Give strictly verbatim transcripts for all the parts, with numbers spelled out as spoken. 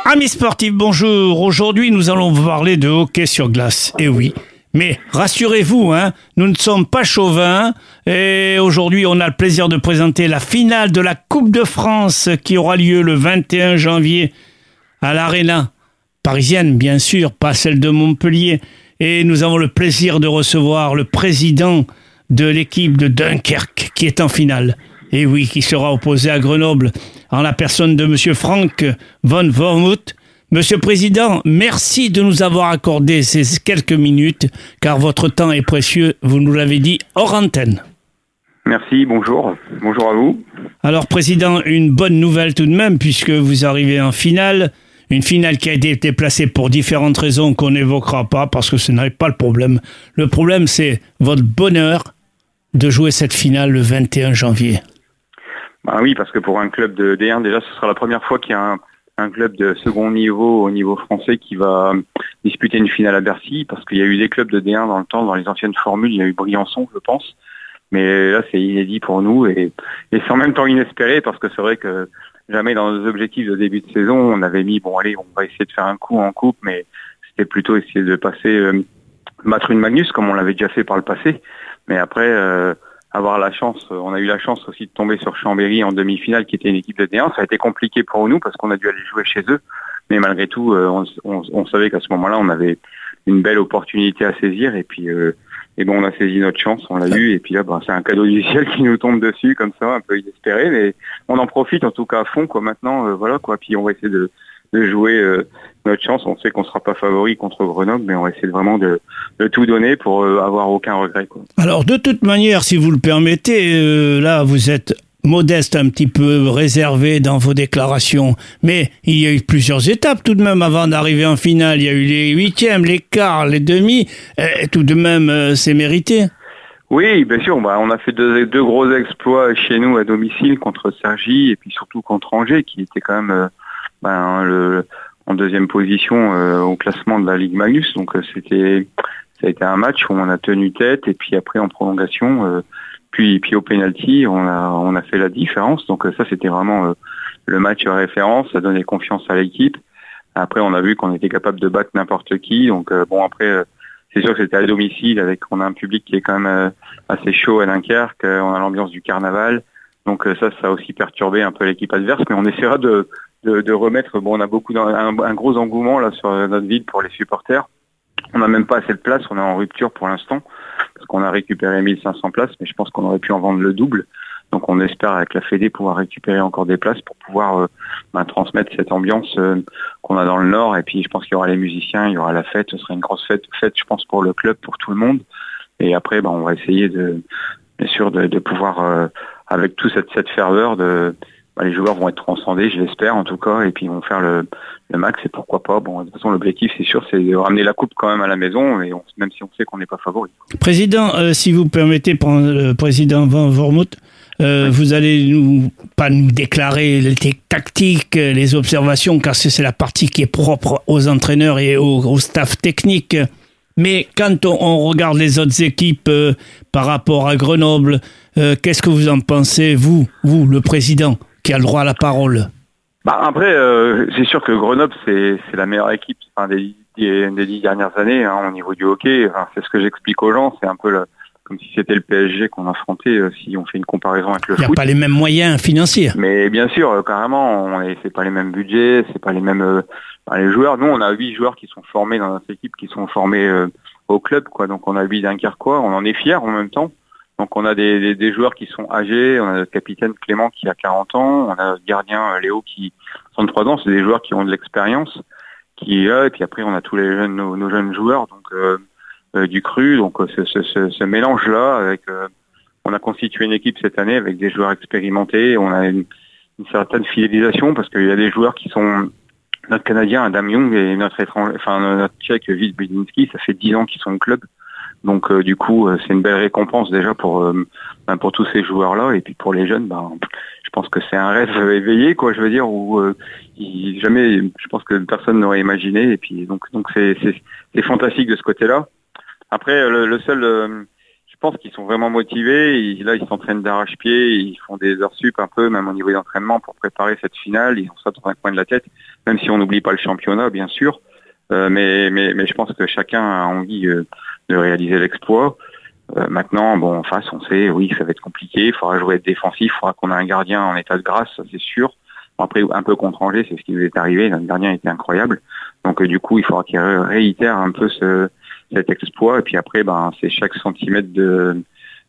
Amis sportifs, bonjour. Aujourd'hui, nous allons vous parler de hockey sur glace. Eh oui. Mais rassurez-vous, hein, nous ne sommes pas chauvins. Et aujourd'hui, on a le plaisir de présenter la finale de la Coupe de France qui aura lieu le vingt et un janvier à l'Arena parisienne, bien sûr, pas celle de Montpellier. Et nous avons le plaisir de recevoir le président de l'équipe de Dunkerque qui est en finale. Et oui, qui sera opposé à Grenoble en la personne de Monsieur Frank von Wormuth. Monsieur le Président, merci de nous avoir accordé ces quelques minutes, car votre temps est précieux, vous nous l'avez dit, hors antenne. Merci, bonjour. Bonjour à vous. Alors, Président, une bonne nouvelle tout de même, puisque vous arrivez en finale. Une finale qui a été déplacée pour différentes raisons qu'on n'évoquera pas, parce que ce n'est pas le problème. Le problème, c'est votre bonheur de jouer cette finale le vingt et un janvier. Ben oui, parce que pour un club de D un, déjà, ce sera la première fois qu'il y a un, un club de second niveau au niveau français qui va disputer une finale à Bercy, parce qu'il y a eu des clubs de D un dans le temps, dans les anciennes formules, il y a eu Briançon, je pense. Mais là, c'est inédit pour nous et, et c'est en même temps inespéré, parce que c'est vrai que jamais dans nos objectifs de début de saison, on avait mis, bon allez, on va essayer de faire un coup en coupe, mais c'était plutôt essayer de passer, euh, battre une Magnus, comme on l'avait déjà fait par le passé. Mais après, euh, avoir la chance, on a eu la chance aussi de tomber sur Chambéry en demi-finale, qui était une équipe de D un. Ça a été compliqué pour nous, parce qu'on a dû aller jouer chez eux. Mais malgré tout, euh, on, on, on savait qu'à ce moment-là, on avait une belle opportunité à saisir. Et puis, euh, et bon, on a saisi notre chance, on l'a eu. Et puis là, bah, c'est un cadeau du ciel qui nous tombe dessus, comme ça, un peu inespéré. Mais on en profite, en tout cas, à fond, quoi. Maintenant, euh, voilà, quoi. Puis on va essayer de, de jouer euh, notre chance. On sait qu'on sera pas favori contre Grenoble, mais on va essayer de vraiment de, de tout donner pour euh, avoir aucun regret, quoi. Alors, de toute manière, si vous le permettez, euh, là, vous êtes modeste, un petit peu réservé dans vos déclarations, mais il y a eu plusieurs étapes tout de même avant d'arriver en finale. Il y a eu les huitièmes, les quarts, les demi, et tout de même, euh, c'est mérité. Oui, bien sûr. Bah, on a fait deux, deux gros exploits chez nous à domicile contre Cergy et puis surtout contre Angers, qui était quand même euh, ben, le, en deuxième position euh, au classement de la Ligue Magnus. Donc euh, c'était, ça a été un match où on a tenu tête, et puis après en prolongation. Euh, Puis, puis au penalty, on a, on a fait la différence. Donc ça, c'était vraiment euh, le match référence. Ça donnait confiance à l'équipe. Après, on a vu qu'on était capable de battre n'importe qui. Donc euh, bon, après, euh, c'est sûr que c'était à domicile, avec on a un public qui est quand même euh, assez chaud à Dunkerque. Euh, on a l'ambiance du carnaval. Donc euh, ça, ça a aussi perturbé un peu l'équipe adverse. Mais on essaiera de, de, de remettre. Bon, on a beaucoup d'un, un, un gros engouement là sur notre ville pour les supporters. On n'a même pas assez de place. On est en rupture pour l'instant, parce qu'on a récupéré mille cinq cents places, mais je pense qu'on aurait pu en vendre le double. Donc on espère avec la Fédé pouvoir récupérer encore des places pour pouvoir euh, ben, transmettre cette ambiance euh, qu'on a dans le Nord. Et puis je pense qu'il y aura les musiciens, il y aura la fête, ce sera une grosse fête, fête je pense pour le club, pour tout le monde. Et après ben, on va essayer de, bien sûr de, de pouvoir, euh, avec toute cette, cette ferveur, de ben, les joueurs vont être transcendés, je l'espère en tout cas, et puis ils vont faire le, le max, et pourquoi pas. Bon, de toute façon l'objectif c'est sûr, c'est de ramener la coupe quand même à la maison, et on, même si on sait qu'on n'est pas favori. Président, euh, si vous permettez, le président Van Wormuth, euh, oui. Vous allez nous pas nous déclarer les tactiques, les observations, car c'est la partie qui est propre aux entraîneurs et au, au staff technique. Mais quand on, on regarde les autres équipes euh, par rapport à Grenoble, euh, qu'est-ce que vous en pensez, vous, vous, le président, qui a le droit à la parole? Bah après, euh, c'est sûr que Grenoble, c'est, c'est la meilleure équipe, enfin, des, des, des dix dernières années, hein, au niveau du hockey. Enfin, c'est ce que j'explique aux gens. C'est un peu le, comme si c'était le P S G qu'on affrontait, euh, si on fait une comparaison avec le foot. Il n'y a pas les mêmes moyens financiers. Mais bien sûr, euh, carrément, on est, c'est pas les mêmes budgets, c'est pas les mêmes euh, enfin, les joueurs. Nous, on a huit joueurs qui sont formés dans notre équipe, qui sont formés euh, au club, quoi. Donc on a huit Dunkerquois, on en est fiers en même temps. Donc on a des, des, des joueurs qui sont âgés, on a notre capitaine Clément qui a quarante ans, on a notre gardien Léo qui a trente-trois ans, c'est des joueurs qui ont de l'expérience, qui euh, et puis après on a tous les jeunes, nos, nos jeunes joueurs, donc euh, euh, du cru, donc euh, ce, ce, ce, ce mélange-là, avec euh, on a constitué une équipe cette année avec des joueurs expérimentés, on a une, une certaine fidélisation, parce qu'il y a des joueurs qui sont notre Canadien Adam Young et notre étranger, enfin notre Tchèque Vis Bidinski, ça fait dix ans qu'ils sont au club. Donc euh, du coup, euh, c'est une belle récompense déjà pour euh, ben, pour tous ces joueurs-là, et puis pour les jeunes, ben je pense que c'est un rêve éveillé, quoi. Je veux dire, où euh, il, jamais, je pense que personne n'aurait imaginé, et puis donc donc c'est c'est, c'est fantastique de ce côté-là. Après, le, le seul, euh, je pense qu'ils sont vraiment motivés. Ils, là, ils s'entraînent d'arrache-pied, ils font des heures sup un peu, même au niveau d'entraînement, pour préparer cette finale. Ils ont ça dans un coin de la tête, même si on n'oublie pas le championnat, bien sûr. Euh, mais, mais, mais je pense que chacun a envie euh, de réaliser l'exploit. Euh, maintenant, bon, en face, on sait, oui, ça va être compliqué. Il faudra jouer être défensif, il faudra qu'on ait un gardien en état de grâce, ça c'est sûr. Bon, après, un peu contre Angers, c'est ce qui nous est arrivé. Notre gardien était incroyable. Donc, euh, du coup, il faudra qu'il réitère un peu ce cet exploit. Et puis après, ben, c'est chaque centimètre de,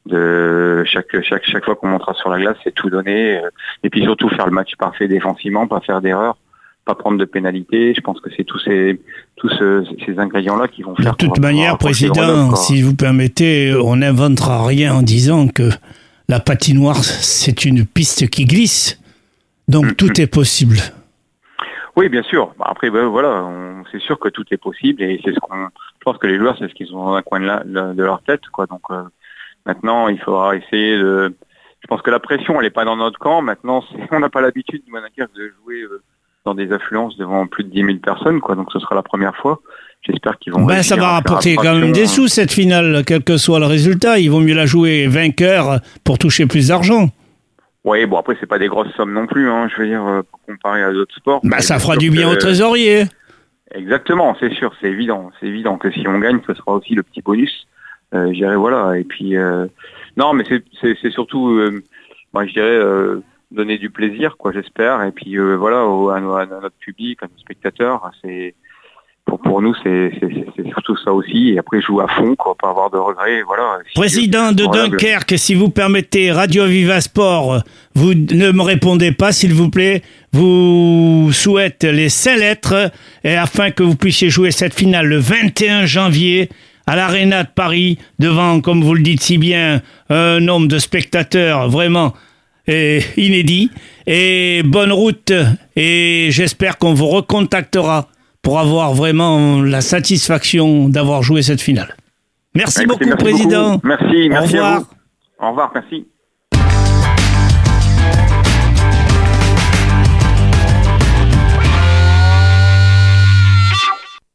de chaque chaque chaque fois qu'on montera sur la glace, c'est tout donner. Et puis surtout faire le match parfait défensivement, pas faire d'erreur, pas prendre de pénalité. Je pense que c'est tous ces tous ce, ces ingrédients-là qui vont faire. De toute manière, président, si vous permettez, on n'inventera rien en disant que la patinoire, c'est une piste qui glisse. Donc mmh, tout mmh. est possible. Oui, bien sûr. Après, ben, voilà, on, c'est sûr que tout est possible et c'est ce qu'on. Je pense que les joueurs, c'est ce qu'ils ont dans un coin de, la, de leur tête, quoi. Donc euh, maintenant, il faudra essayer de. Je pense que la pression, elle n'est pas dans notre camp. Maintenant, c'est... on n'a pas l'habitude, du Monaco, de jouer euh, dans des affluences devant plus de dix mille personnes, quoi. Donc ce sera la première fois. J'espère qu'ils vont. Ben, ça va rapporter quand même des sous cette finale, quel que soit le résultat. Il vaut mieux la jouer vainqueur pour toucher plus d'argent. Oui, bon après c'est pas des grosses sommes non plus, hein, je veux dire, euh, pour comparer à d'autres sports. Bah ça fera du bien que, au trésorier. Exactement, c'est sûr, c'est évident, c'est évident que si on gagne, ce sera aussi le petit bonus. Euh, je dirais voilà, et puis euh, non, mais c'est c'est, c'est surtout, euh, moi je dirais euh, donner du plaisir, quoi, j'espère, et puis euh, voilà, au, à, à notre public, à nos spectateurs, c'est Pour, pour nous, c'est, c'est, c'est surtout ça aussi. Et après, jouer à fond, quoi, pas avoir de regrets. Voilà. Si Président de Dunkerque, si vous permettez, Radio Viva Sport, vous ne me répondez pas, s'il vous plaît. Vous souhaite les cinq lettres et afin que vous puissiez jouer cette finale le vingt et un janvier à l'Arena de Paris, devant, comme vous le dites si bien, un nombre de spectateurs vraiment et inédit. Et bonne route. Et j'espère qu'on vous recontactera pour avoir vraiment la satisfaction d'avoir joué cette finale. Merci Écoutez, beaucoup, merci Président. Beaucoup. Merci, merci Au revoir. à vous. Au revoir, merci.